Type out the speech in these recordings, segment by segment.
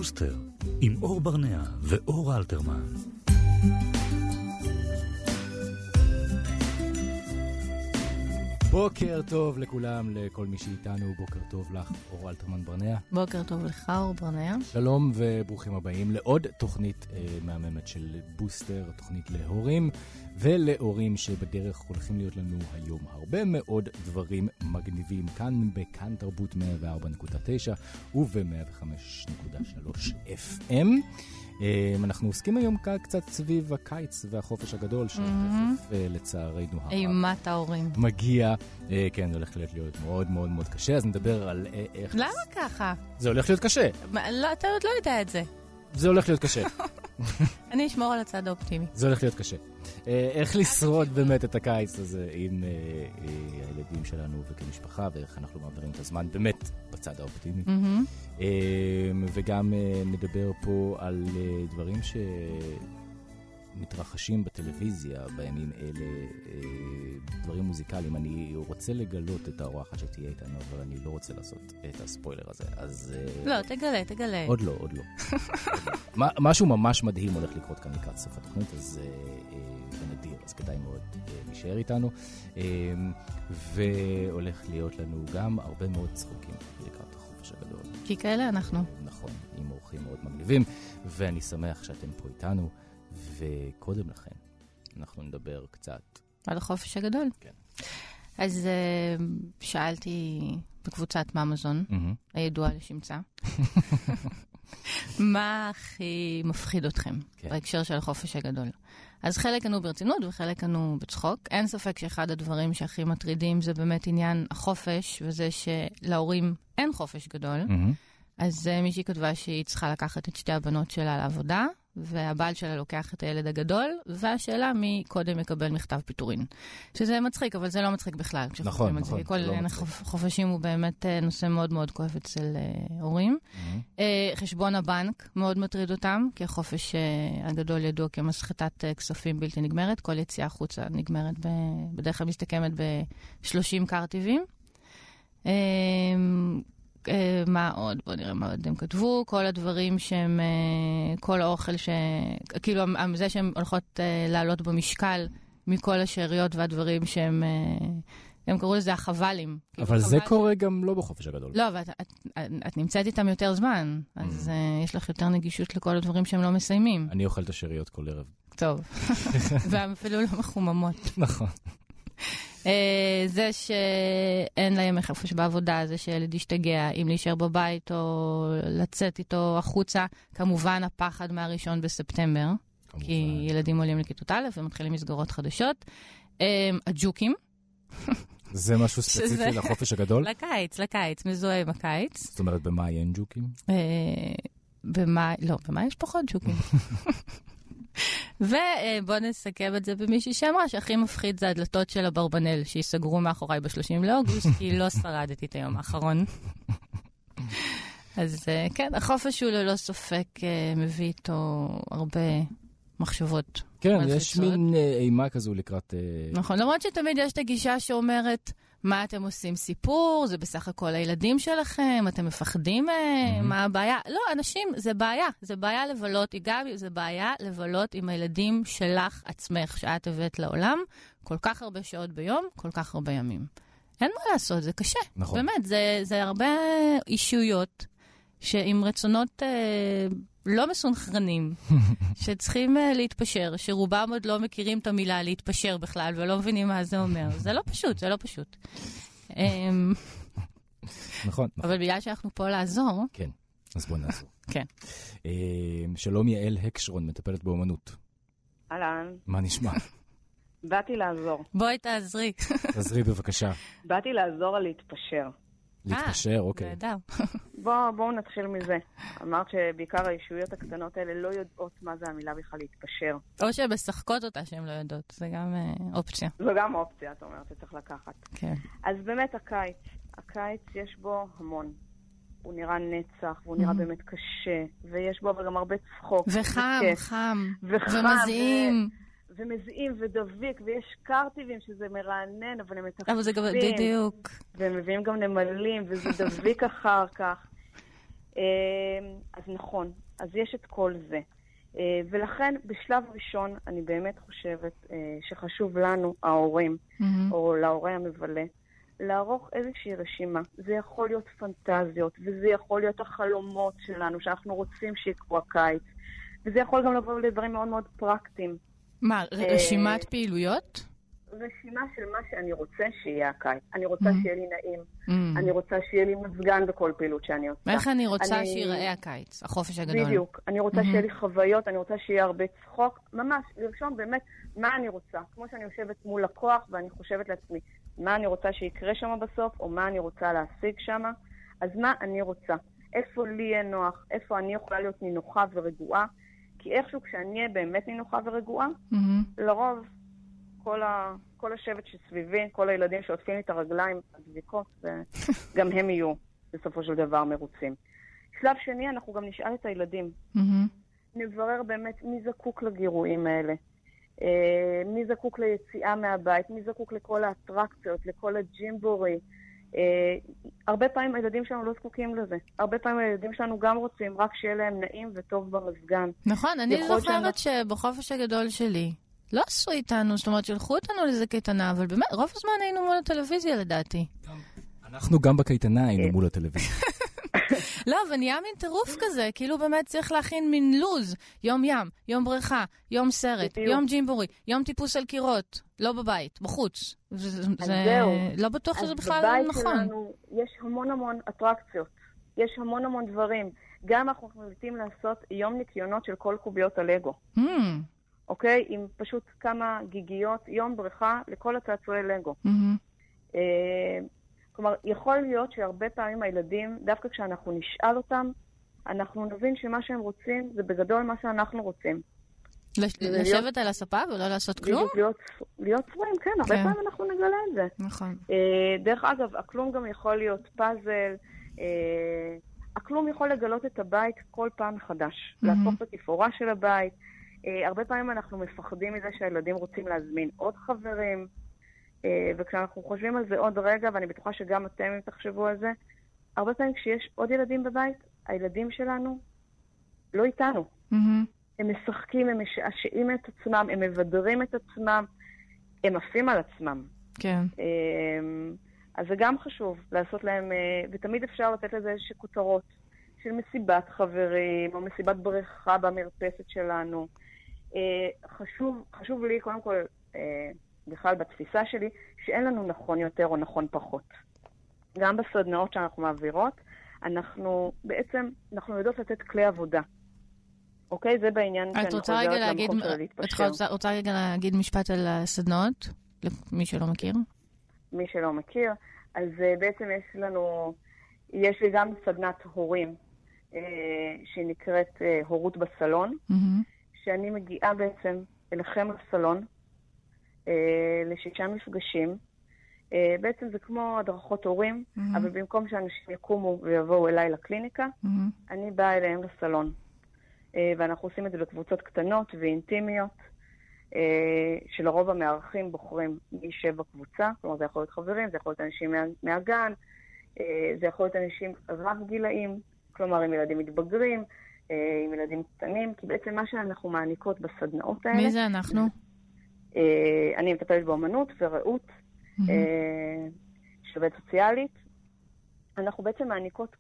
בוסטר, עם אור ברנע ואור אלתרמן. בוקר טוב לכולם, לכל מי שאיתנו, בוקר טוב לך, אור אלתרמן ברנע. בוקר טוב לך, אור ברנע. שלום וברוכים הבאים לעוד תוכנית מהממת של בוסטר, תוכנית להורים ולהורים שבדרך הולכים להיות לנו היום הרבה מאוד דברים מגניבים כאן בכאן תרבות 104.9 וב-105.3 FM. אנחנו עוסקים היום קצת סביב הקיץ והחופש הגדול שתכף לצערנו אימת ההורים מגיע. כן, זה הולך להיות מאוד מאוד מאוד קשה, אז נדבר על איך... למה ככה? זה הולך להיות קשה. לא, אתה עוד לא יודע את זה. זה הולך להיות קשה. אני אשמור על הצד האופטימי. זה הולך להיות קשה. איך לשרוד באמת את הקיץ הזה עם הילדים שלנו וכמשפחה, ואיך אנחנו מעבירים את הזמן באמת בצד האופטימי. וגם נדבר פה על דברים שמתרחשים בטלוויזיה בימים אלה, דברים מוזיקליים. אני רוצה לגלות את האורחת שתהיה איתנו, אבל אני לא רוצה לעשות את הספוילר הזה. אז לא, תגלה. עוד לא. משהו ממש מדהים הולך לקרות כאן לקראת סוף התוכנית, אז נדיר, אז כדאי מאוד להישאר איתנו. והולך להיות לנו גם הרבה מאוד צחוקים לקראת החופש הגדול. כי כאלה אנחנו. נכון, עם אורחים מאוד מגניבים, ואני שמח שאתם פה איתנו, וקודם לכן אנחנו נדבר קצת על החופש הגדול. כן. אז שאלתי בקבוצת מאמזון, הידועה לשמצה, מה הכי מפחיד אתכם בהקשר של החופש הגדול? אז חלק ענו ברצינות וחלק ענו בצחוק. אין ספק שאחד הדברים שהכי מטרידים זה באמת עניין החופש, וזה שלהורים אין חופש גדול. אז מישהי כתבה שהיא צריכה לקחת את שתי הבנות שלה לעבודה, והבעל שלה לוקח את הילד הגדול, והשאלה מי קודם יקבל מכתב פיטורין. שזה מצחיק, אבל זה לא מצחיק בכלל. נכון. כל חופשים הוא באמת נושא מאוד מאוד כואב אצל הורים. חשבון הבנק מאוד מטריד אותם, כי החופש הגדול ידוע כמסחטת כספים בלתי נגמרת. כל יציאה החוצה נגמרת, בדרך כלל מסתכמת ב-30 קרטיבים. מה עוד? בוא נראה מה עוד הם כתבו. כל הדברים שהם, כל האוכל כאילו זה שהם הולכות לעלות במשקל מכל השאריות והדברים שהם, הם קראו לזה החבלים. אבל זה קורה גם לא בחופש הגדול. לא, אבל את נמצאת איתם יותר זמן, אז יש לך יותר נגישות לכל הדברים שהם לא מסיימים. אני אוכל את השאריות כל ערב. טוב. והם אפילו לא מחוממות. נכון. זה שאין להם חופש בעבודה, זה שילד ישתגע, אם להישאר בבית או לצאת איתו החוצה, כמובן הפחד מה1 בספטמבר, כי ילדים עולים לכיתות א' ומתחילים מסגרות חדשות. הג'וקים. זה משהו ספציפי לחופש הגדול? לקיץ, מזוהה עם הקיץ. זאת אומרת, במאי אין ג'וקים? במאי יש פחות ג'וקים. ובוא נסכם את זה במישהי שאמרה שהכי מפחיד זה הדלתות של הברבנל שיסגרו מאחוריי ב-30 לאוגוסט, כי לא שרדתי את היום האחרון. אז כן, החופש הוא ללא ספק מביא איתו הרבה מחשבות. כן, יש מין אימה כזו לקראת... נכון, למרות שתמיד יש את הגישה שאומרת, מה אתם עושים סיפור? זה בסך הכל הילדים שלכם, אתם מפחדים מהם, מה הבעיה? לא, אנשים, זה בעיה לבלות, זה בעיה לבלות עם הילדים שלך עצמך, שאת הבאת לעולם, כל כך הרבה שעות ביום, כל כך הרבה ימים. אין מה לעשות, זה קשה. נכון. באמת, זה הרבה אישויות שעם רצונות לא מסונכרנים, שצריכים להתפשר, שרובם עוד לא מכירים את המילה להתפשר בכלל, ולא מבינים מה זה אומר. זה לא פשוט. נכון. אבל בגלל שאנחנו פה לעזור... כן, אז בוא נעזור. כן. שלום יעל הקשרון, מטפלת באומנות. אהלן. מה נשמע? באתי לעזור. בואי תעזרי. תעזרי בבקשה. באתי לעזור על להתפשר. להתפשר, אוקיי. נהדר. בואו נתחיל מזה. אמרת שבעיקר האישויות הקטנות האלה לא יודעות מה זה המילה בכלל להתפשר. או שהן משחקות אותה שהן לא יודעות. זה גם אופציה. זו גם אופציה, את אומרת, שצריך לקחת. כן. אז באמת הקיץ יש בו המון. הוא נראה נצח, והוא נראה באמת קשה, ויש בו אבל גם הרבה צחוק. חם. ומזיעים. ומזיעים ודביק, ויש קרטיבים שזה מרענן, אבל הם מתחפשים. אבל זה גם בדיוק. והם מביאים גם נמלים, וזה דביק אחר כך. אז נכון, אז יש את כל זה. ולכן בשלב ראשון אני באמת חושבת שחשוב לנו, ההורים, או להורה המבלה, לערוך איזושהי רשימה. זה יכול להיות פנטזיות, וזה יכול להיות החלומות שלנו, שאנחנו רוצים שיקרו הקיץ, וזה יכול גם לבוא לדברים מאוד מאוד פרקטיים. מה, רשימת פעילויות? רשימה של מה שאני רוצה שיהיה הקיץ. אני רוצה שיהיה לי נעים. אני רוצה שיהיה לי מזגן בכל פעילות שאני עושה. איך אני רוצה שיראה הקיץ, החופש הגדול? בדיוק. אני רוצה שיהיה לי חוויות, אני רוצה שיהיה הרבה צחוק. ממש, לרשום באמת מה אני רוצה. כמו שאני יושבת מול לקוח ואני חושבת לעצמי, מה אני רוצה שיקרה שם בסוף, או מה אני רוצה להשיג שם. אז מה אני רוצה? איפה לי יהיה נוח? איפה אני יכולה להיות נינוחה ורגועה? כי איכשהו כשאני אהיה באמת נינוחה ורגועה, לרוב כל השבט שסביבי, כל הילדים שעוטפים לי את הרגליים הדביקות, וגם הם יהיו בסופו של דבר מרוצים. שלב שני, אנחנו גם נשאל את הילדים. נברר באמת מי זקוק לגירויים האלה. מי זקוק ליציאה מהבית, מי זקוק לכל האטרקציות, לכל הג'ימבורי. הרבה פעמים הילדים שלנו לא זקוקים לזה. הרבה פעמים הילדים שלנו גם רוצים רק שיהיה להם נעים וטוב במזגן. נכון, אני זוכרת שבחופש הגדול שלי לא עשו איתנו, זאת אומרת, שלחו אותנו לזה קייטנה, אבל באמת, רוב הזמן היינו מול הטלוויזיה לדעתי. אנחנו גם בקייטנה היינו מול הטלוויזיה. לא, ונהיה מין טירוף כזה, כאילו באמת צריך להכין מין לוז, יום ים, יום בריכה, יום סרט, יום ג'ימבורי, יום טיפוס על קירות, לא בבית, בחוץ. לא בטוח שזה בכלל נכון. בבית שלנו יש המון אטרקציות, יש המון דברים. גם אנחנו מחליטים לעשות יום ניקיונות של כל קוביות הלגו. אוקיי? עם פשוט כמה גיגיות, יום בריכה לכל הצעצועי לגו. כלומר, יכול להיות שהרבה פעמים הילדים, דווקא כשאנחנו נשאל אותם, אנחנו נבין שמה שהם רוצים זה בגדול מה שאנחנו רוצים. לשבת על הספה ולא לעשות כלום? להיות צבועים, כן, הרבה פעמים אנחנו נגלה את זה. נכון. דרך אגב, הכלום גם יכול להיות פאזל, הכלום יכול לגלות את הבית כל פעם מחדש, להפוך את התפאורה של הבית. הרבה פעמים אנחנו מפחדים מזה שהילדים רוצים להזמין עוד חברים, וכשאנחנו חושבים על זה עוד רגע, ואני בטוחה שגם אתם אם תחשבו על זה, הרבה פעמים כשיש עוד ילדים בבית, הילדים שלנו לא איתנו. הם משחקים, הם משעשעים את עצמם, הם מבדרים את עצמם, הם עפים על עצמם. כן. אז זה גם חשוב לעשות להם, ותמיד אפשר לתת לזה איזושהי כותרות של מסיבת חברים, או מסיבת בריכה במרפסת שלנו. חשוב לי, קודם כל, בכלל בתפיסה שלי, שאין לנו נכון יותר או נכון פחות. גם בסדנאות שאנחנו מעבירות, אנחנו יודעות לתת כלי עבודה. אוקיי? זה בעניין שאני חוזרת למקום שלה להתפשר. את רוצה רגע להגיד משפט על הסדנאות? למי שלא מכיר? מי שלא מכיר. אז בעצם יש לי גם סדנת הורים, שהיא נקראת הורות בסלון, שאני מגיעה בעצם אליכם לסלון, ל6 מפגשים. בעצם זה כמו הדרכות הורים, אבל במקום שאנשים יקומו ויבואו אליי לקליניקה, אני באה אליהם לסלון. ואנחנו עושים את זה בקבוצות קטנות ואינטימיות, שלרוב המארחים בוחרים מי ישב בקבוצה, כלומר זה יכול להיות חברים, זה יכול להיות אנשים מהגן, זה יכול להיות אנשים רב גילאים, כלומר עם ילדים מתבגרים, עם ילדים קטנים, כי בעצם מה שאנחנו מעניקות בסדנאות האלה... מי זה אנחנו? אני מטפלת באמנות ורעות, של עובדת סוציאלית. אנחנו בעצם מעניקות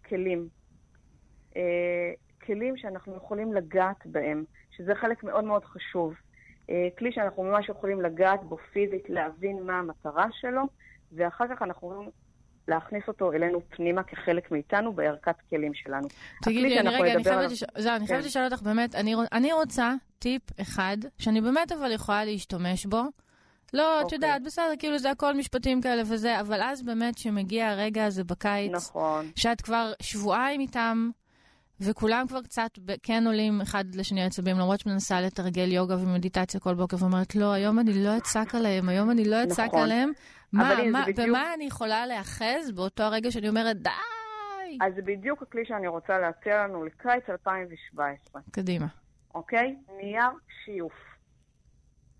כלים שאנחנו יכולים לגעת בהם, שזה חלק מאוד מאוד חשוב. כלי שאנחנו ממש יכולים לגעת בו פיזית, להבין מה המטרה שלו, ואחר כך אנחנו יכולים להכניס אותו אלינו פנימה כחלק מאיתנו בערכת כלים שלנו. תגידי, אני חייבת לשאול אותך באמת, אני רוצה טיפ אחד, שאני באמת אבל יכולה להשתמש בו, לא, את יודעת, בסדר, כאילו זה הכל משפטים כאלה וזה, אבל אז באמת שמגיע הרגע הזה בקיץ, נכון. שאת כבר שבועיים איתם, וכולם כבר קצת כן עולים אחד לשני עצבים, למרות שמנסה לתרגל יוגה ומדיטציה כל בוקר, ואומרת, לא, היום אני לא אצק עליהם, עליהם. במה אני יכולה להאחז באותו הרגע שאני אומרת, די! אז זה בדיוק הכלי שאני רוצה להציע לנו לקיץ 2017. קדימה. אוקיי? נייר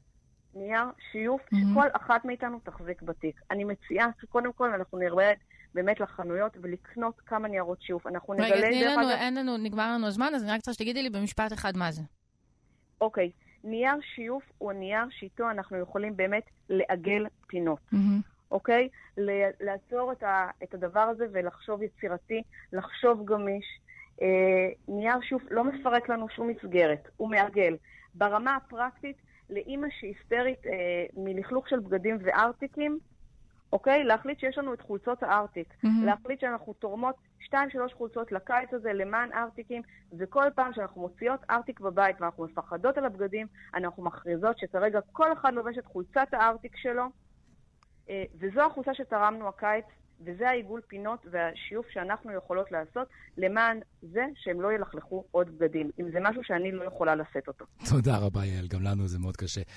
שיוף שכל אחת מאיתנו תחזיק בתיק. אני מציעה שקודם כל אנחנו באמת לחנויות ולקנות כמה ניירות שיוף. אנחנו נגלה... נגמר לנו הזמן, אז אני רק צריך שתגידי לי במשפט אחד מה זה. אוקיי. נייר שיוף הוא נייר שאיתו אנחנו יכולים באמת לעגל פינות. אוקיי? לעצור את הדבר הזה ולחשוב יצירתי, לחשוב גמיש. נייר שיוף לא מפרק לנו שום מסגרת, הוא מעגל. ברמה הפרקטית, לאמא שהיסטרית מלכלוך של בגדים וארטיקים, אוקיי? להחליט שיש לנו את חולצות הארטיק. להחליט שאנחנו תורמות 2-3 חולצות לקיץ הזה למען ארטיקים, וכל פעם שאנחנו מוציאות ארטיק בבית ואנחנו מפחדות על הבגדים, אנחנו מכריזות שכרגע כל אחד לובש את חולצת הארטיק שלו, וזו החולצה שתרמנו הקיץ, וזה העיגול פינות והשיוף שאנחנו יכולות לעשות למען זה שהם לא ילכלכו עוד בגדים. אם זה משהו שאני לא יכולה לשאת אותו. תודה רבה, יעל. גם לנו זה מאוד קשה.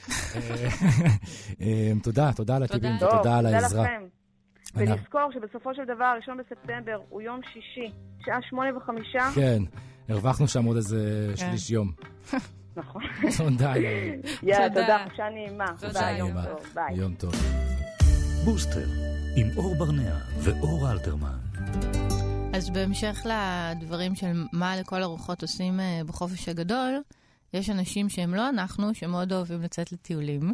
תודה על הטיפים ותודה על העזרה. תודה לכם. ולזכור שבסופו של דבר, 1 בספטמבר הוא יום שישי, שעה 8:05. כן, הרווחנו שם עוד איזה שליש יום. נכון. תודה, יעל. יאללה, תודה. חופשה נעימה. ביי. יום טוב. בוסטר, עם אור ברנע ואור אלתרמן. אז בהמשך לדברים של מה לכל הרוחות עושים בחופש הגדול, יש אנשים שהם לא אנחנו, שמאוד אוהבים לצאת לטיולים.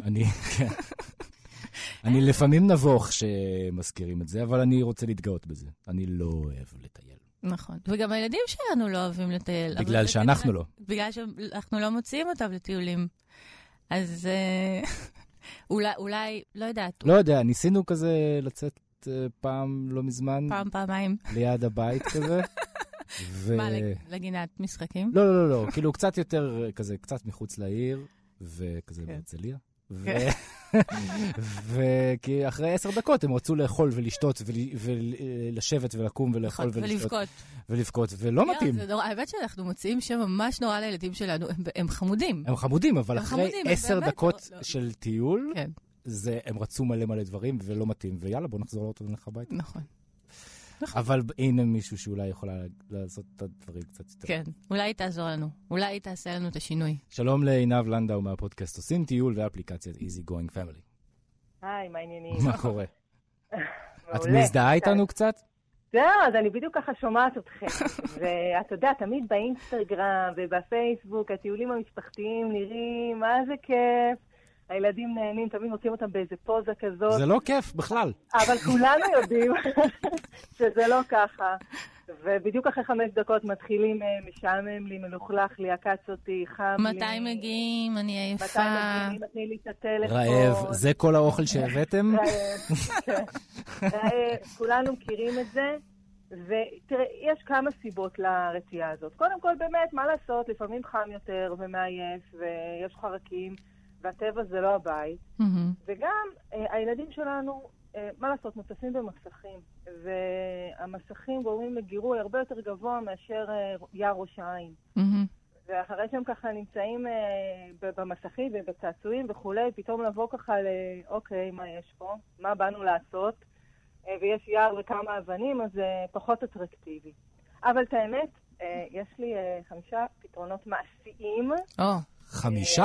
אני לפעמים נבוך שמזכירים את זה, אבל אני רוצה להתגאות בזה. אני לא אוהב לטייל. נכון. וגם הילדים שלנו לא אוהבים לטייל. בגלל שאנחנו לא. בגלל שאנחנו לא מוציאים אותם לטיולים. אז אולי, לא יודעת. לא יודע, ניסינו כזה לצאת פעם לא מזמן. פעמיים. ליד הבית כזה. מה, לגינת משחקים? לא, כאילו קצת יותר כזה, קצת מחוץ לעיר, וכזה בהרצליה. וכי אחרי 10 דקות הם רצו לאכול ולשתות ולשבת ולקום ולאכול ולבכות, ולא מתאים. האמת שאנחנו מוצאים שם ממש נורא לילדים שלנו, הם חמודים. הם חמודים, אבל אחרי 10 דקות של טיול, הם רצו מלא דברים ולא מתאים, ויאללה, בוא נחזור לאוטו ונלך הביתה. נכון. אבל הנה מישהו שאולי יכולה לעשות את הדברים קצת יותר. כן, אולי היא תעזור לנו. אולי היא תעשה לנו את השינוי. שלום לעינב לנדאו מהפודקאסט עושים טיול ואפליקציית Easy Going Family. היי, מה העניינים? מה קורה? את מזדהה איתנו קצת? זהו, אז אני בדיוק ככה שומעת אתכם. ואתה יודע, תמיד באינסטגרם ובפייסבוק, הטיולים המשפחתיים נראים, מה זה כיף. הילדים נהנים, תמיד מוצאים אותם באיזה פוזה כזאת. זה לא כיף בכלל. אבל כולנו יודעים שזה לא ככה. ובדיוק אחרי 5 דקות מתחילים משעמם לי, מלוכלך לי, עקץ אותי, חם לי. מתי מגיעים? אני עייפה. מתי מגיעים? מתני לי את הטלפון. רעב, זה כל האוכל שהבאתם? רעב, כולנו מכירים את זה. ותראה, יש כמה סיבות לרתיעה הזאת. קודם כל, באמת, מה לעשות? לפעמים חם יותר ומעייף, ויש חרקים. והטבע זה לא הבית, וגם הילדים שלנו, מה לעשות, מוצפים במסכים, והמסכים גורמים לגירוי הרבה יותר גבוה מאשר יער ראש העין. ואחרי שהם ככה נמצאים במסכים ובצעצועים וכולי, פתאום לבוא ככה אוקיי, מה יש פה? מה באנו לעשות? ויש יער וכמה אבנים, אז זה פחות אטרקטיבי. אבל את האמת, יש לי 5 פתרונות מעשיים. 5?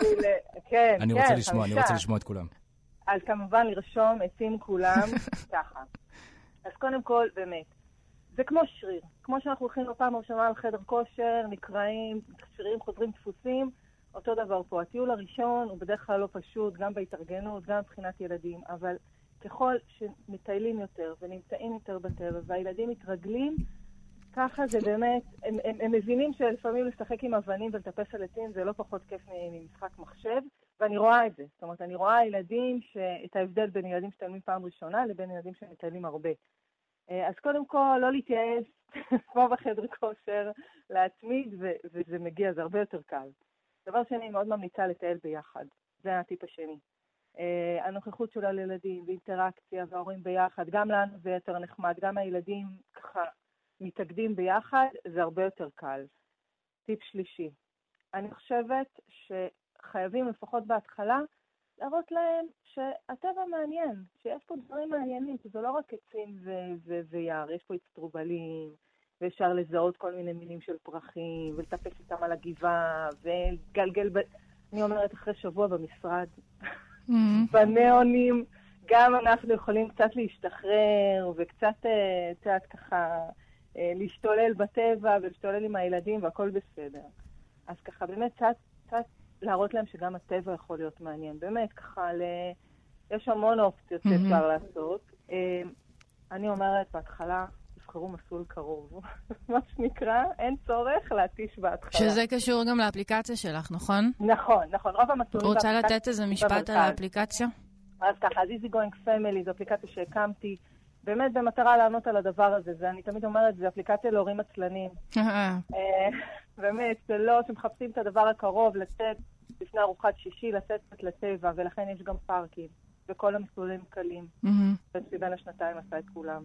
כן, אני רוצה לשמוע, אני רוצה לשמוע את כולם. אז כמובן לרשום עצים כולם ככה. אז קודם כל, באמת, זה כמו שריר. כמו שאנחנו הולכים בפעם הראשונה על חדר כושר, נקראים, שרירים חוזרים דפוסים, אותו דבר פה. הטיול הראשון הוא בדרך כלל לא פשוט, גם בהתארגנות, גם מבחינת ילדים, אבל ככל שמטיילים יותר ונמצאים יותר בטבע, והילדים מתרגלים, ככה זה באמת, הם מבינים שלפעמים לשחק עם אבנים ולטפס על עצים זה לא פחות כיף ממשחק מחשב, ואני רואה את זה. זאת אומרת, אני רואה ילדים, את ההבדל בין ילדים שטיילים פעם ראשונה לבין ילדים שמטיילים הרבה. אז קודם כל, לא להתייאש, כמו בחדר כושר, להתמיד, וזה מגיע, זה הרבה יותר קל. דבר שני, מאוד ממליצה לטייל ביחד. זה הטיפ השני. הנוכחות של הילדים ואינטראקציה וההורים ביחד, גם לנו זה יותר נחמד, גם הילדים ככה, מתאגדים ביחד, זה הרבה יותר קל. טיפ שלישי. אני חושבת שחייבים לפחות בהתחלה להראות להם שהטבע מעניין, שיש פה דברים מעניינים, שזה לא רק עצים ויער, יש פה אצטרובלים, ואפשר לזהות כל מיני מינים של פרחים, ולטפס איתם על הגבעה, ולגלגל אני אומרת אחרי שבוע במשרד, בניאונים, גם אנחנו יכולים קצת להשתחרר, וקצת, ככה, להשתולל בטבע, ולהשתולל עם הילדים, והכל בסדר. אז ככה, באמת, קצת להראות להם שגם הטבע יכול להיות מעניין. באמת, ככה, יש המון אופציות שאפשר לעשות. אני אומרת, בהתחלה, תבחרו מסלול קרוב. מה שנקרא, אין צורך להתיש בהתחלה. שזה קשור גם לאפליקציה שלך, נכון? נכון. רוב המסלולים... רוצה לתת איזה משפט על האפליקציה? אז ככה, אז Easygoing Family, זו אפליקציה שהקמתי, באמת במטרה לענות על הדבר הזה. אני תמיד אומרת, זו אפליקציה להורים עצלנים. באמת, זה לא שמחפשים את הדבר הקרוב, לצאת לפני ארוחת שישי, לצאת לטבע, ולכן יש גם פארקים, וכל המסלולים קלים. בין השנתיים עשה את כולם.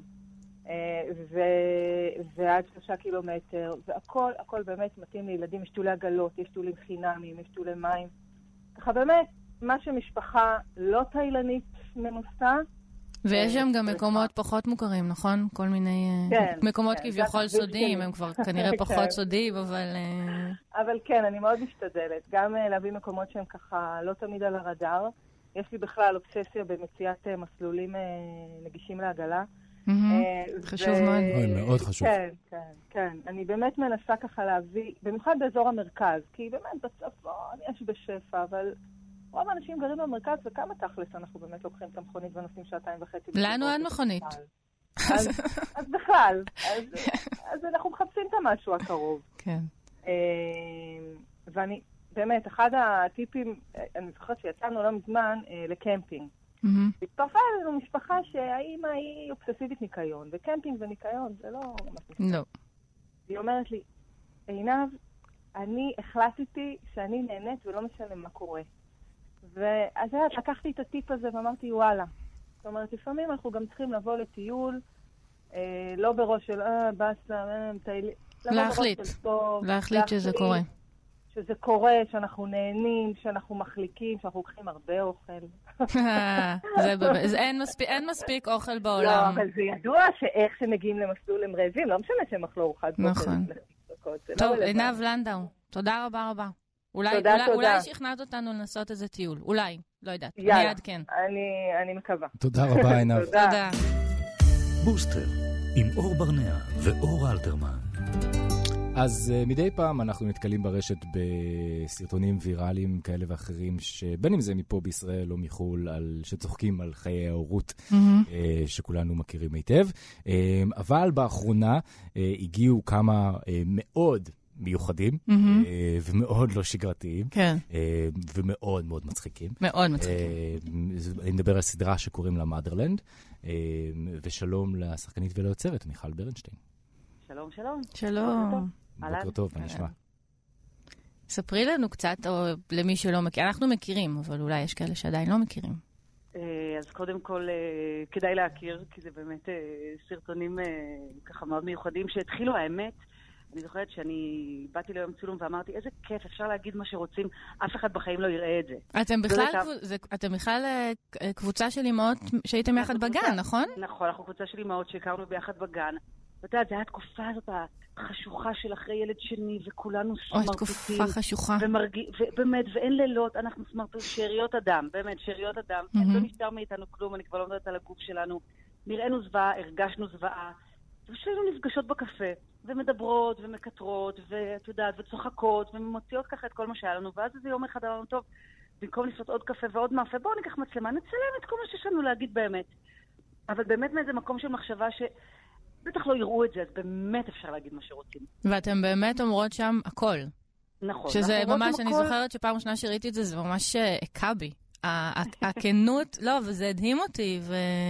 ועד 3 קילומטר, והכל באמת מתאים לילדים. יש טיולי עגלות, יש טיולים חינמיים, יש טיולי מים. ככה באמת, מה שמשפחה לא תאילנית מנוסה. ויש שם גם מקומות פחות מוכרים, נכון? כל מיני מקומות כביכול סודיים, הם כבר כנראה פחות סודיים, אבל... אבל כן, אני מאוד משתדלת. גם להביא מקומות שהם ככה לא תמיד על הרדאר. יש לי בכלל אובססיה במציאת מסלולים נגישים לעגלה. חשוב מאוד. מאוד חשוב. כן. אני באמת מנסה ככה להביא, במיוחד באזור המרכז, כי באמת בצפון יש בשפע, אבל רוב האנשים גרים במרכז, וכמה תכלס אנחנו באמת לוקחים את המכונית ונוסעים 2.5. לנו אין מכונית. אז בכלל, אז אנחנו מחפשים את המשהו הקרוב. כן. ואני, באמת, אחד הטיפים, אני זוכרת שיצאנו לא מזמן לקמפינג. הצטרפה אלינו משפחה שהאימא היא אובססיבית ניקיון, וקמפינג וניקיון זה לא ממש ניקיון. לא. היא אומרת לי, עינב, אני החלטתי שאני נהנית ולא משנה מה קורה. ואז לקחתי את הטיפ הזה ואמרתי, וואלה. זאת אומרת, לפעמים אנחנו גם צריכים לבוא לטיול, לא בראש של, בסה, תהילי. להחליט שזה קורה. שזה קורה, שאנחנו נהנים, שאנחנו מחליקים, שאנחנו לוקחים הרבה אוכל. אין מספיק אוכל בעולם. לא, אבל זה ידוע שאיך שמגיעים למסלול הם רעבים, לא משנה שהם אכלו ארוחת בוקר. נכון. טוב, עינב לנדאו, תודה רבה רבה. אולי שכנעת אותנו לנסות איזה טיול. אולי, לא יודעת. יאללה, כן. אני מקווה. תודה רבה, עינב. תודה. בוסטר, עם אור ברנע ואור אלתרמן. אז מדי פעם אנחנו נתקלים ברשת בסרטונים ויראליים כאלה ואחרים, שבין אם זה מפה בישראל או מחול, שצוחקים על חיי ההורות שכולנו מכירים היטב. אבל באחרונה הגיעו כמה מאוד מיוחדים ומאוד לא שגרתיים, ומאוד מאוד מצחיקים. מאוד מצחיקים. אני מדבר על סדרה שקוראים לה מאדרלנד, ושלום לשחקנית וליוצרת מיכל ברנשטיין. שלום, שלום. שלום. בוקר טוב, מה נשמע? ספרי לנו קצת, או למי שלא מכיר. אנחנו מכירים, אבל אולי יש כאלה שעדיין לא מכירים. אז קודם כל, כדאי להכיר, כי זה באמת סרטונים ככה מאוד מיוחדים, שהתחילו האמת. אני זוכרת שאני באתי ליום צילום ואמרתי, איזה כיף, אפשר להגיד מה שרוצים, אף אחד בחיים לא יראה את זה. אתם בכלל קבוצה של אמהות שהייתם יחד בגן, נכון? נכון, אנחנו קבוצה של אמהות שהכרנו ביחד בגן. ואתה יודע, זה היה התקופה הזאת החשוכה של אחרי ילד שני, וכולנו סמרטוטים. אוי, תקופה חשוכה. ובאמת, ואין לילות, אנחנו סמרטוטים, שאריות אדם, באמת, שאריות אדם. לא נשאר מאיתנו כלום, אני כבר לא מדברת על הגוף שלנו. נראינו זוועה, הרגשנו זוועה. ושהיינו נפגשות בקפה, ומדברות, ומקטרות, ואת יודעת, וצוחקות, ומוציאות ככה את כל מה שהיה לנו. ואז איזה יום אחד אמרנו, טוב, במקום לשתות עוד קפה ועוד מאפה, בואו ניקח מצלמה, נצלם את כל מה שיש לנו להגיד באמת. אבל באמת מאיזה מקום של מחשבה בטח לא יראו את זה, אז באמת אפשר להגיד מה שרוצים. ואתם באמת אומרות שם הכל. נכון. שזה ממש, אני זוכרת שפעם ראשונה שראיתי את זה, זה ממש עקה בי. הכנות, לא, וזה הדהים אותי,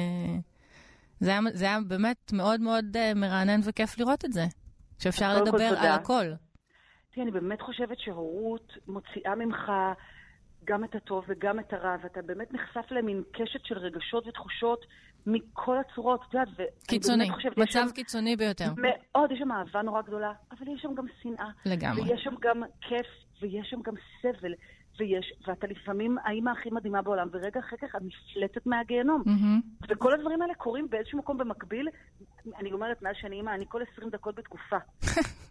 וזה היה באמת מאוד מאוד מרענן וכיף לראות את זה. שאפשר לדבר על הכל. תראי, אני באמת חושבת שהורות מוציאה ממך גם את הטוב וגם את הרע, ואתה באמת נחשף למין קשת של רגשות ותחושות מכל הצורות, את יודעת, קיצוני, מצב קיצוני ביותר. מאוד, יש שם אהבה נורא גדולה, אבל יש שם גם שנאה. לגמרי. ויש שם גם כיף, ויש שם גם סבל, ואתה לפעמים האמא הכי מדהימה בעולם, ורגע אחר כך את נפלטת מהגיהנום. וכל הדברים האלה קורים באיזשהו מקום במקביל. אני אומרת, מאז שאני אמא, אני כל 20 דקות בתקופה.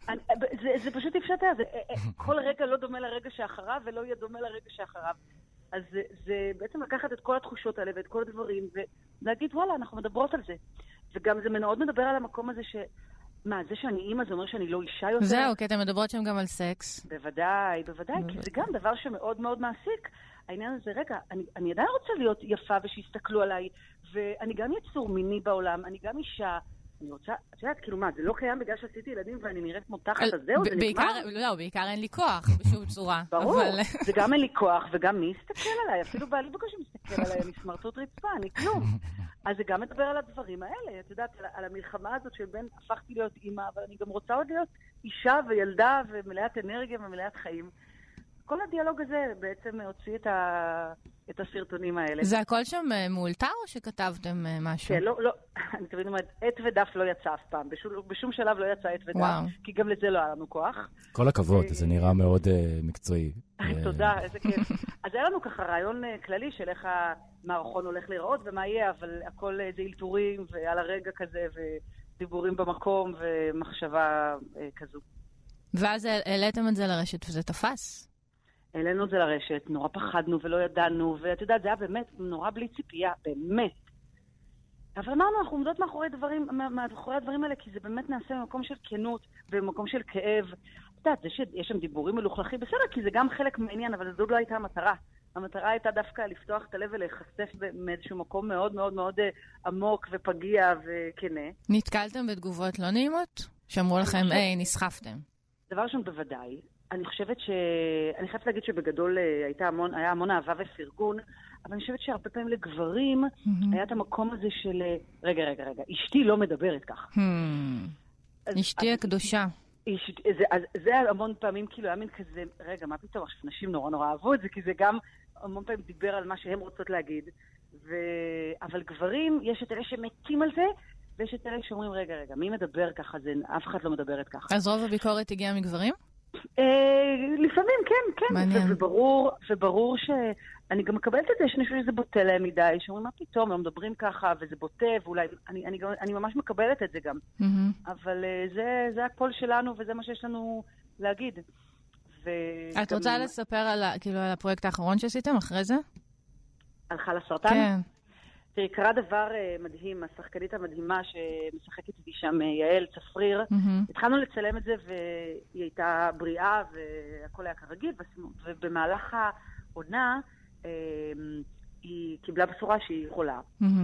זה פשוט אפשטה, כל רגע לא דומה לרגע שאחריו, ולא יהיה דומה לרגע שאחריו. אז זה בעצם לקחת את כל התחושות האלה ואת כל הדברים, ולהגיד, וואלה, אנחנו מדברות על זה. וגם זה מאוד מדבר על המקום הזה מה, זה שאני אימא, זה אומר שאני לא אישה יותר? זהו, כי אתם מדברות שם גם על סקס. בוודאי, כי זה גם דבר שמאוד מאוד מעסיק. העניין הזה, רגע, אני עדיין רוצה להיות יפה ושיסתכלו עליי, ואני גם יצור מיני בעולם, אני גם אישה. אני רוצה, את יודעת, כאילו מה, זה לא קיים בגלל שעשיתי ילדים ואני נראית כמו תחת, אז זהו, זה נגמר. לא, בעיקר אין לי כוח בשום צורה. ברור, זה גם אין לי כוח, וגם מי יסתכל עליי? אפילו בעלי בקושי מסתכל עליי, אני סמרטוט רצפה, אני כלום. אז זה גם מדבר על הדברים האלה, את יודעת, על המלחמה הזאת של בין הפכתי להיות אימא, אבל אני גם רוצה עוד להיות אישה וילדה ומלאת אנרגיה ומלאת חיים. כל הדיאלוג הזה בעצם הוציא את הסרטונים האלה. זה הכל שם מאולתר או שכתבתם משהו? כן, לא, אני תמיד אומרת, עת ודף לא יצא אף פעם, בשום שלב לא יצא עת ודף, כי גם לזה לא היה לנו כוח. כל הכבוד, זה נראה מאוד מקצועי. תודה, איזה כיף. אז היה לנו ככה רעיון כללי של איך המערכון הולך להיראות ומה יהיה, אבל הכל זה אילתורים ועל הרגע כזה ודיבורים במקום ומחשבה כזו. ואז העליתם את זה לרשת וזה תפס? העלינו את זה לרשת, נורא פחדנו ולא ידענו, ואת יודעת, זה היה באמת נורא בלי ציפייה, באמת. אבל אמרנו, אנחנו עומדות מאחורי הדברים האלה, כי זה באמת נעשה במקום של כנות, במקום של כאב. את יודעת, יש שם דיבורים מלוכלכים, בסדר, כי זה גם חלק מהעניין, אבל זו לא הייתה המטרה. המטרה הייתה דווקא לפתוח את הלב ולהיחשף מאיזשהו מקום מאוד מאוד מאוד עמוק ופגיע וכנה. נתקלתם בתגובות לא נעימות? שאמרו לכם, היי, נסחפתם. דבר ראשון בוודאי. אני חייבת להגיד שבגדול היה המון אהבה ופרגון, אבל אני חושבת שהרבה פעמים לגברים היה את המקום הזה של, רגע, אשתי לא מדברת כך. אשתי הקדושה. זה היה המון פעמים, כאילו היה מין כזה, רגע, מה פתאום? עכשיו נשים נורא אהבו את זה, כי זה גם המון פעמים דיבר על מה שהם רוצות להגיד. אבל גברים, יש את אלה שמתים על זה, ויש את אלה שאומרים, רגע, מי מדבר ככה? אף אחד לא מדברת ככה. אז רוב הביקורת הגיעה מגברים? לפעמים כן. מעניין. וברור שאני גם מקבלת את זה, שאני חושבת שזה בוטה להם מדי, שאומרים מה פתאום, הם מדברים ככה, וזה בוטה, ואולי, אני ממש מקבלת את זה גם. אבל זה הקול שלנו, וזה מה שיש לנו להגיד. את רוצה לספר על הפרויקט האחרון שעשיתם אחרי זה? על חל הסרטן? כן. תראי, קרה דבר מדהים, השחקנית המדהימה שמשחקת איתי שם, יעל צפריר. התחלנו לצלם את זה והיא הייתה בריאה והכל היה כרגיל, ובמהלך העונה היא קיבלה בשורה שהיא חולה.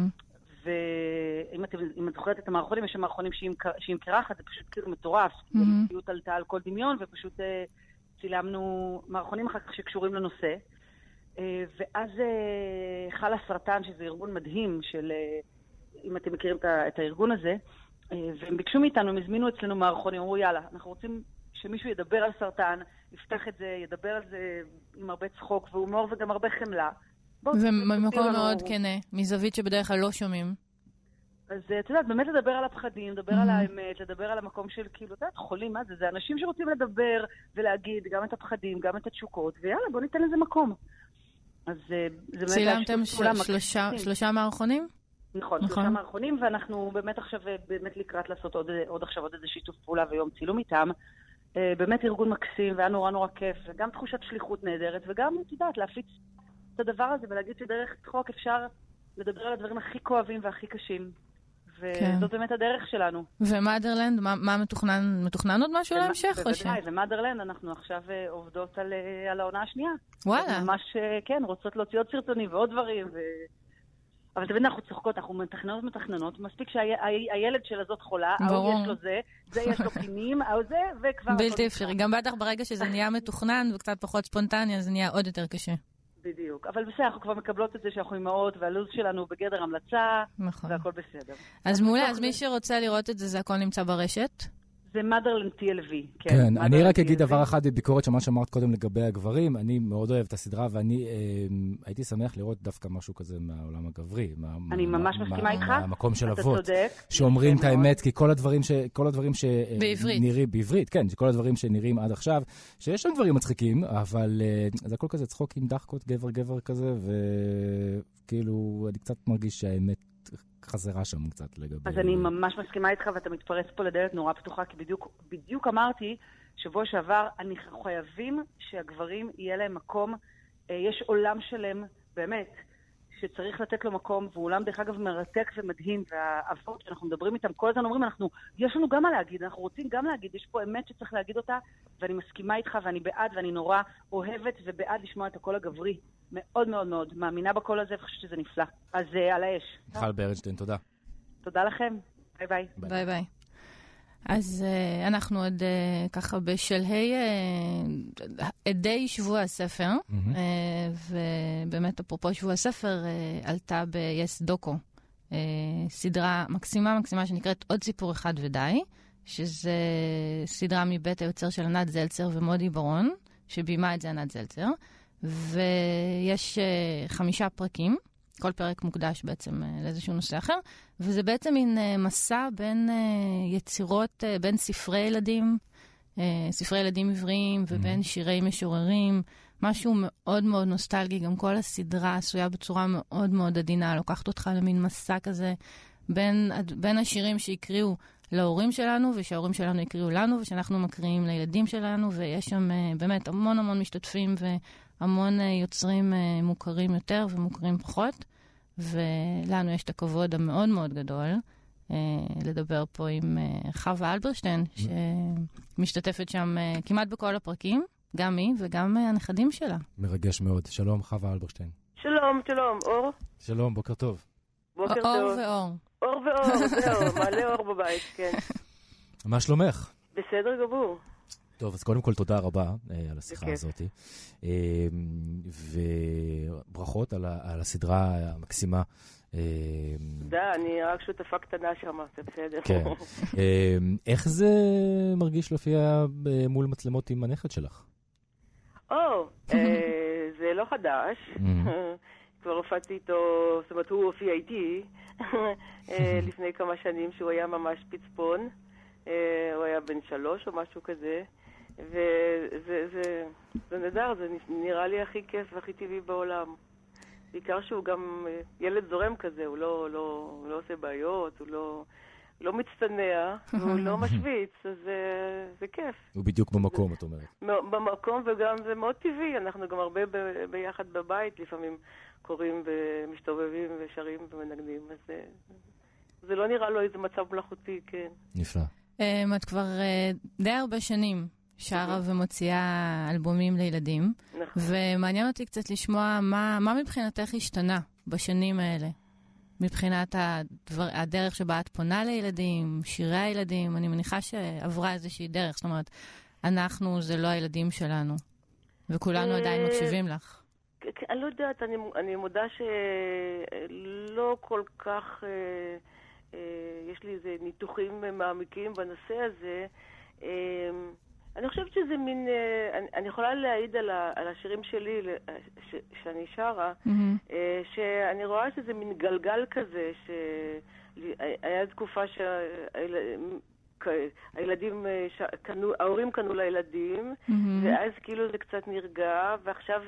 ואם את זוכרת את המערכונים, יש שם מערכונים שהיא קרחת, זה פשוט כאילו מטורף. היא עלתה על כל דמיון ופשוט צילמנו מערכונים אחר כך שקשורים לנושא. ואז חל הסרטן, שזה ארגון מדהים של, אם אתם מכירים את הארגון הזה, והם ביקשו מאיתנו, הם הזמינו אצלנו מערכונים, אמרו יאללה, אנחנו רוצים שמישהו ידבר על סרטן, יפתח את זה, ידבר על זה עם הרבה צחוק והומור וגם הרבה חמלה. ומקום מאוד כנה, מזווית שבדרך כלל לא שומעים. אז את יודעת, באמת לדבר על הפחדים, לדבר על האמת, לדבר על המקום של כאילו, את יודעת, חולים, מה זה? זה אנשים שרוצים לדבר ולהגיד גם את הפחדים, גם את התשוקות, ויאללה, בוא ניתן לזה מקום. אז זה באמת... צילמתם שלושה מערכונים? נכון, 3 מערכונים, ואנחנו באמת עכשיו לקראת לעשות עוד עכשיו איזה שיתוף פעולה ויום צילום איתם. באמת ארגון מקסים, והיה נורא כיף, וגם תחושת שליחות נהדרת, וגם, את יודעת, להפיץ את הדבר הזה ולהגיד שדרך צחוק אפשר לדבר על הדברים הכי כואבים והכי קשים. וזאת באמת הדרך שלנו. ומאדרלנד, מה מתוכנן עוד משהו להמשך? בוודאי, ומאדרלנד אנחנו עכשיו עובדות על העונה השנייה. וואלה. ממש, כן, רוצות להוציא עוד סרטונים ועוד דברים. אבל תמיד אנחנו צוחקות, אנחנו מתכננות, מספיק שהילד של הזאת חולה, ההוא יש לו זה יש לו פינים, זה, וכבר... בלתי אפשרי, גם בטח ברגע שזה נהיה מתוכנן וקצת פחות ספונטני, אז זה נהיה עוד יותר קשה. בדיוק, אבל בסדר, אנחנו כבר מקבלות את זה שאנחנו אימהות, והלו"ז שלנו בגדר המלצה, והכל בסדר. אז מעולה, אז מי שרוצה לראות את זה, זה הכל נמצא ברשת? זה מאדרלנד TLV, כן. אני רק אגיד דבר אחד בביקורת שמה שאמרת קודם לגבי הגברים, אני מאוד אוהב את הסדרה, ואני הייתי שמח לראות דווקא משהו כזה מהעולם הגברי. אני ממש מסכימה איתך. מהמקום של אבות. שאומרים את האמת, כי כל הדברים שנראים בעברית, כן, כל הדברים שנראים עד עכשיו, שיש שם דברים מצחיקים, אבל זה הכל כזה צחוק עם דחקות גבר כזה, וכאילו אני קצת מרגיש שהאמת חזרה שם קצת לגבי... אז אני ממש מסכימה איתך, ואתה מתפרץ פה לדלת נורא פתוחה, כי בדיוק אמרתי, שבוע שעבר, חייבים שהגברים יהיה להם מקום יש עולם שלם, באמת, שצריך לתת לו מקום, והוא עולם דרך אגב מרתק ומדהים, והאבות שאנחנו מדברים איתם, כל הזמן אומרים, יש לנו גם מה להגיד, אנחנו רוצים גם להגיד, יש פה אמת שצריך להגיד אותה, ואני מסכימה איתך, ואני בעד, ואני נורא אוהבת ובעד לשמוע את הקול הגברי. מאוד מאוד מאוד, מאמינה בקול הזה, וחושבת שזה נפלא. אז על האש. מיכל ברנשטיין, תודה. תודה לכם. ביי ביי. ביי ביי. אז אנחנו עוד ככה בשלהי עדי שבוע הספר, ובאמת אפרופו שבוע הספר עלתה ב-Yes דוקו, סדרה מקסימה שנקראת עוד סיפור אחד ודי, שזה סדרה מבית היוצר של ענת זלצר ומודי ברון, שבימה את זה ענת זלצר, ויש 5 פרקים, כל פרק מוקדש בעצם לאיזשהו נושא אחר, וזה בעצם מין מסע בין יצירות, בין ספרי ילדים עבריים, ובין שירי משוררים, משהו מאוד מאוד נוסטלגי, גם כל הסדרה עשויה בצורה מאוד מאוד עדינה, לוקחת אותך למין מסע כזה, בין השירים שהקריאו להורים שלנו, ושההורים שלנו יקריאו לנו, ושאנחנו מקריאים לילדים שלנו, ויש שם באמת המון משתתפים, והמון יוצרים מוכרים יותר ומוכרים פחות, ולנו יש את הכבוד המאוד מאוד גדול לדבר פה עם חווה אלברשטיין, שמשתתפת שם כמעט בכל הפרקים, גם היא וגם הנכדים שלה. מרגש מאוד. שלום, חווה אלברשטיין. שלום, אור. שלום, בוקר טוב. בוקר טוב. אור ואור, זהו, מלא אור בבית, כן. מה שלומך? בסדר גמור. טוב, אז קודם כל תודה רבה על השיחה הזאת. וברכות על הסדרה המקסימה. תודה, אני רק שותפה קטנה שם, זה בסדר. כן. איך זה מרגיש להופיע מול מצלמות עם הנכד שלך? זה לא חדש. כבר הופעתי איתו, זאת אומרת, הוא הופיע איתי לפני כמה שנים שהוא היה ממש פצפון. הוא היה בן 3 או משהו כזה. וזה נהדר, זה נראה לי הכי כיף והכי טבעי בעולם. בעיקר שהוא גם ילד זורם כזה, הוא לא עושה בעיות, הוא לא מצטנע, הוא לא משוויץ, אז זה כיף. הוא בדיוק במקום, את אומרת. במקום, וגם זה מאוד טבעי, אנחנו גם הרבה ביחד בבית, לפעמים קוראים ומשתובבים ושרים ומנגנים, אז זה לא נראה לו איזה מצב מלאכותי, כן. נפלא. את כבר די הרבה שנים שרה ומוציאה אלבומים לילדים, ומעניין אותי קצת לשמוע מה מבחינתך השתנה בשנים האלה, מבחינת הדרך שבה את פונה לילדים, שירי הילדים. אני מניחה שעברה איזושהי דרך, זאת אומרת, אנחנו זה לא הילדים שלנו, וכולנו עדיין מקשיבים לך. אני לא יודעת, אני מודה שלא כל כך יש לי איזה ניתוחים מעמיקים בנושא הזה. אני חושבת שזה מין, אני יכולה להעיד על השירים שלי שאני שרה, שאני רואה שזה מין גלגל כזה, שהיה תקופה שהילדים, ההורים קנו לילדים, ואז כאילו זה קצת נרגע, ועכשיו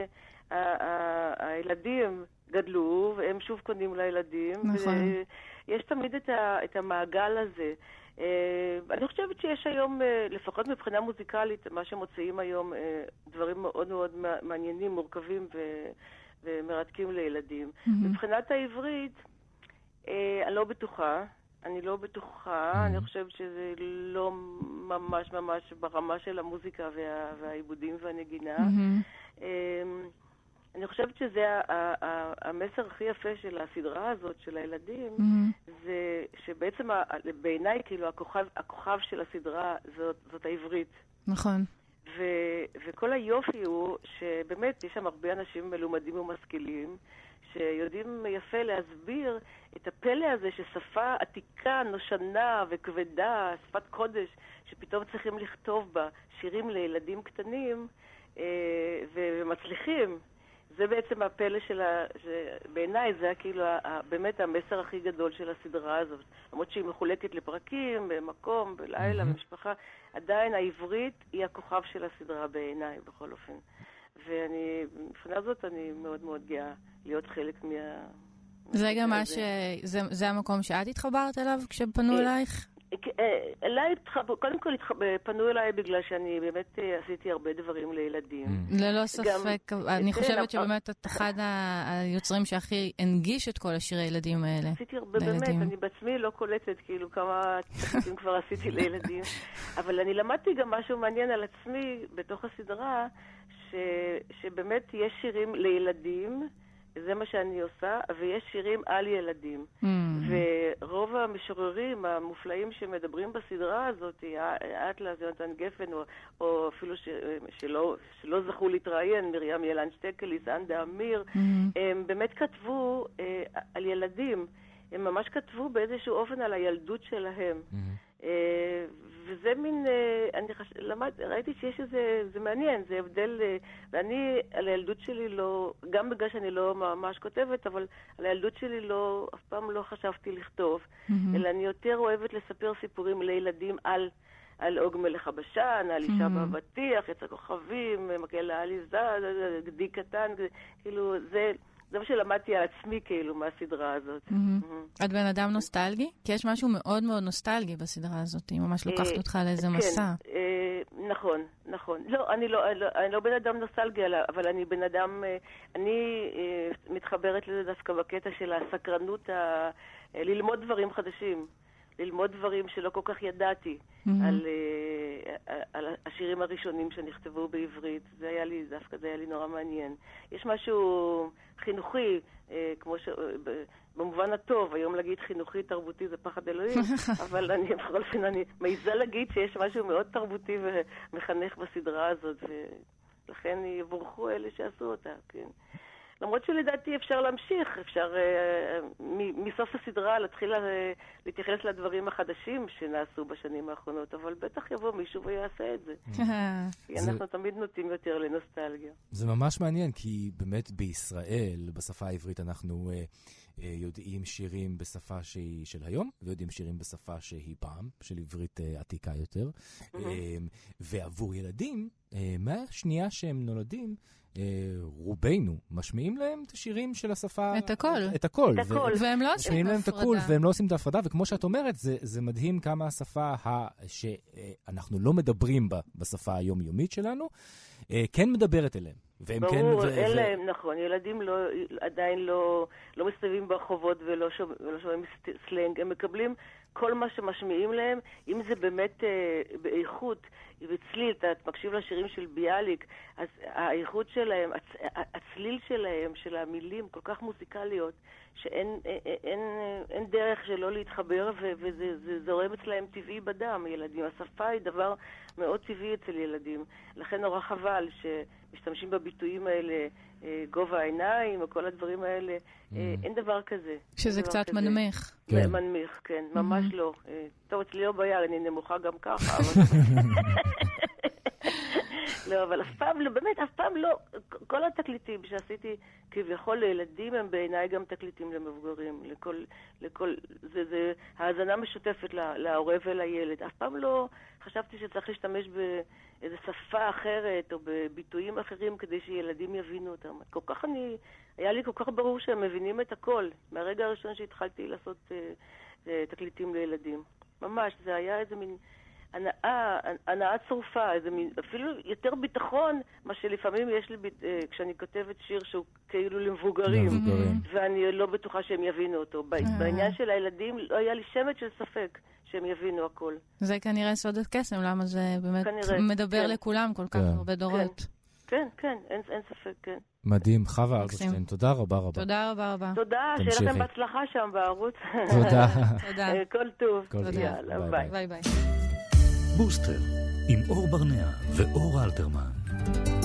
הילדים גדלו, והם שוב קונים לילדים. נכון. יש תמיד את המעגל הזה. אני חושבת שיש היום, לפחות מבחינה מוזיקלית, מה שמוצאים היום, דברים מאוד מאוד מעניינים, מורכבים ומרתקים לילדים. מבחינת העברית, אני לא בטוחה. אני חושבת שזה לא ממש ברמה של המוזיקה והעיבודים והנגינה. אני חושבת שזה המסר הכי יפה של הסדרה הזאת, של הילדים, זה שבעצם בעיניי, כאילו, הכוכב של הסדרה זאת העברית. נכון. וכל היופי הוא שבאמת יש שם הרבה אנשים מלומדים ומשכילים, שיודעים יפה להסביר את הפלא הזה ששפה עתיקה, נושנה וכבדה, שפת קודש, שפתאום צריכים לכתוב בה שירים לילדים קטנים ומצליחים. זה בעצם הפלא בעיניי זה כאילו באמת המסר הכי גדול של הסדרה הזאת. למרות שהיא מחולקת לפרקים, במקום, בלילה, במשפחה, עדיין העברית היא הכוכב של הסדרה בעיניי, בכל אופן. ואני, מבחינה זאת, אני מאוד מאוד גאה להיות חלק זה גם זה המקום שאת התחברת אליו כשפנו אלייך? קודם כל פנו אליי בגלל שאני באמת עשיתי הרבה דברים לילדים. ללא ספק, אני חושבת שבאמת את אחד היוצרים שהכי הנגיש את כל השירי הילדים האלה. עשיתי הרבה באמת, אני בעצמי לא קולטת כאילו כמה תחתים כבר עשיתי לילדים, אבל אני למדתי גם משהו מעניין על עצמי בתוך הסדרה, שבאמת יש שירים לילדים, זה מה שאני עושה, ויש שירים על ילדים. ורוב המשוררים המופלאים שמדברים בסדרה הזאת, אטלס, יונתן גפן, או אפילו שלא זכו להתראיין, מרים ילן שטקליס, אנדה אמיר, הם באמת כתבו על ילדים. הם ממש כתבו באיזשהו אופן על הילדות שלהם. וזה מין, ראיתי שיש זה מעניין, זה הבדל, ואני על הילדות שלי לא, גם בגלל שאני לא ממש כותבת, אבל על הילדות שלי אף פעם לא חשבתי לכתוב, אלא אני יותר אוהבת לספר סיפורים לילדים על עוג מלך הבשן, על אישה באבטיח, עץ הכוכבים, מקל העליזה, גדי קטן, כאילו זה מה שלמדתי על עצמי כאילו מהסדרה הזאת. את בן אדם נוסטלגי? כי יש משהו מאוד מאוד נוסטלגי בסדרה הזאת, היא ממש לוקחת אותך לאיזה מסע. נכון. לא, אני לא בן אדם נוסטלגי, אבל אני בן אדם, אני מתחברת לזה דווקא בקטע של הסקרנות, ללמוד דברים חדשים. ללמוד דברים שלא כל כך ידעתי על השירים הראשונים שנכתבו בעברית. זה היה לי נורא מעניין. יש משהו חינוכי, כמו במובן הטוב, היום להגיד חינוכי תרבותי זה פחד אלוהים, אבל בכל אופן אני מעיזה להגיד שיש משהו מאוד תרבותי ומחנך בסדרה הזאת, ולכן יבורכו אלה שעשו אותה, כן. למרות שלדעתי אפשר להמשיך, אפשר מסוף הסדרה להתחיל להתייחס לדברים החדשים שנעשו בשנים האחרונות, אבל בטח יבוא מישהו ויעשה את זה. כי אנחנו תמיד נוטים יותר לנוסטלגיה. זה ממש מעניין, כי באמת בישראל, בשפה העברית, אנחנו יודעים שירים בשפה שהיא של היום, ויודעים שירים בשפה שהיא פעם, של עברית עתיקה יותר. ועבור ילדים, מהשנייה שהם נולדים, רובנו משמיעים להם את השירים של השפה... את הכל. את הכל. והם לא עושים את ההפרדה. והם לא עושים את ההפרדה, וכמו שאת אומרת, זה מדהים כמה השפה שאנחנו לא מדברים בה בשפה היומיומית שלנו, כן מדברת אליהם. ברור, אלה, נכון, ילדים עדיין לא מסתובבים ברחובות ולא שומעים סלנג, הם מקבלים כל מה שמשמיעים להם, אם זה באמת באיכות, בצליל, אתה מקשיב לשירים של ביאליק, אז האיכות שלהם, הצליל שלהם, של המילים, כל כך מוזיקליות, שאין דרך שלא להתחבר, וזה זורם אצלהם טבעי בדם, ילדים. השפה היא דבר מאוד טבעי אצל ילדים. לכן נורא חבל שמשתמשים בביטויים האלה, גובה העיניים, או כל הדברים האלה. אין דבר כזה. שזה קצת מנמיך. מנמיך, כן. ממש לא. טוב, אצלי לא בייר, אני נמוכה גם ככה, אבל... לא, אבל אף פעם לא, באמת, אף פעם לא. כל התקליטים שעשיתי כביכול לילדים הם בעיניי גם תקליטים למבוגרים. זה האזנה משותפת להורה ולילד. אף פעם לא חשבתי שצריך להשתמש באיזו שפה אחרת או בביטויים אחרים כדי שילדים יבינו אותם. היה לי כל כך ברור שהם מבינים את הכל. מהרגע הראשון שהתחלתי לעשות תקליטים לילדים. ממש, זה היה איזה מין... הנאה צרופה, אפילו יותר ביטחון, מה שלפעמים יש לי כשאני כותבת שיר שהוא כאילו למבוגרים, ואני לא בטוחה שהם יבינו אותו. בעניין של הילדים לא היה לי שמץ של ספק שהם יבינו הכל. זה כנראה סוד הקסם, למה זה באמת מדבר לכולם כל כך הרבה דורות. כן, אין ספק, כן. מדהים, חווה אלברשטיין, תודה רבה רבה. תודה רבה. תודה, שיהיה לכם בהצלחה שם בערוץ. תודה. כל טוב. יאללה, ביי. ביי. בוסטר, עם אור ברנע ואור אלתרמן.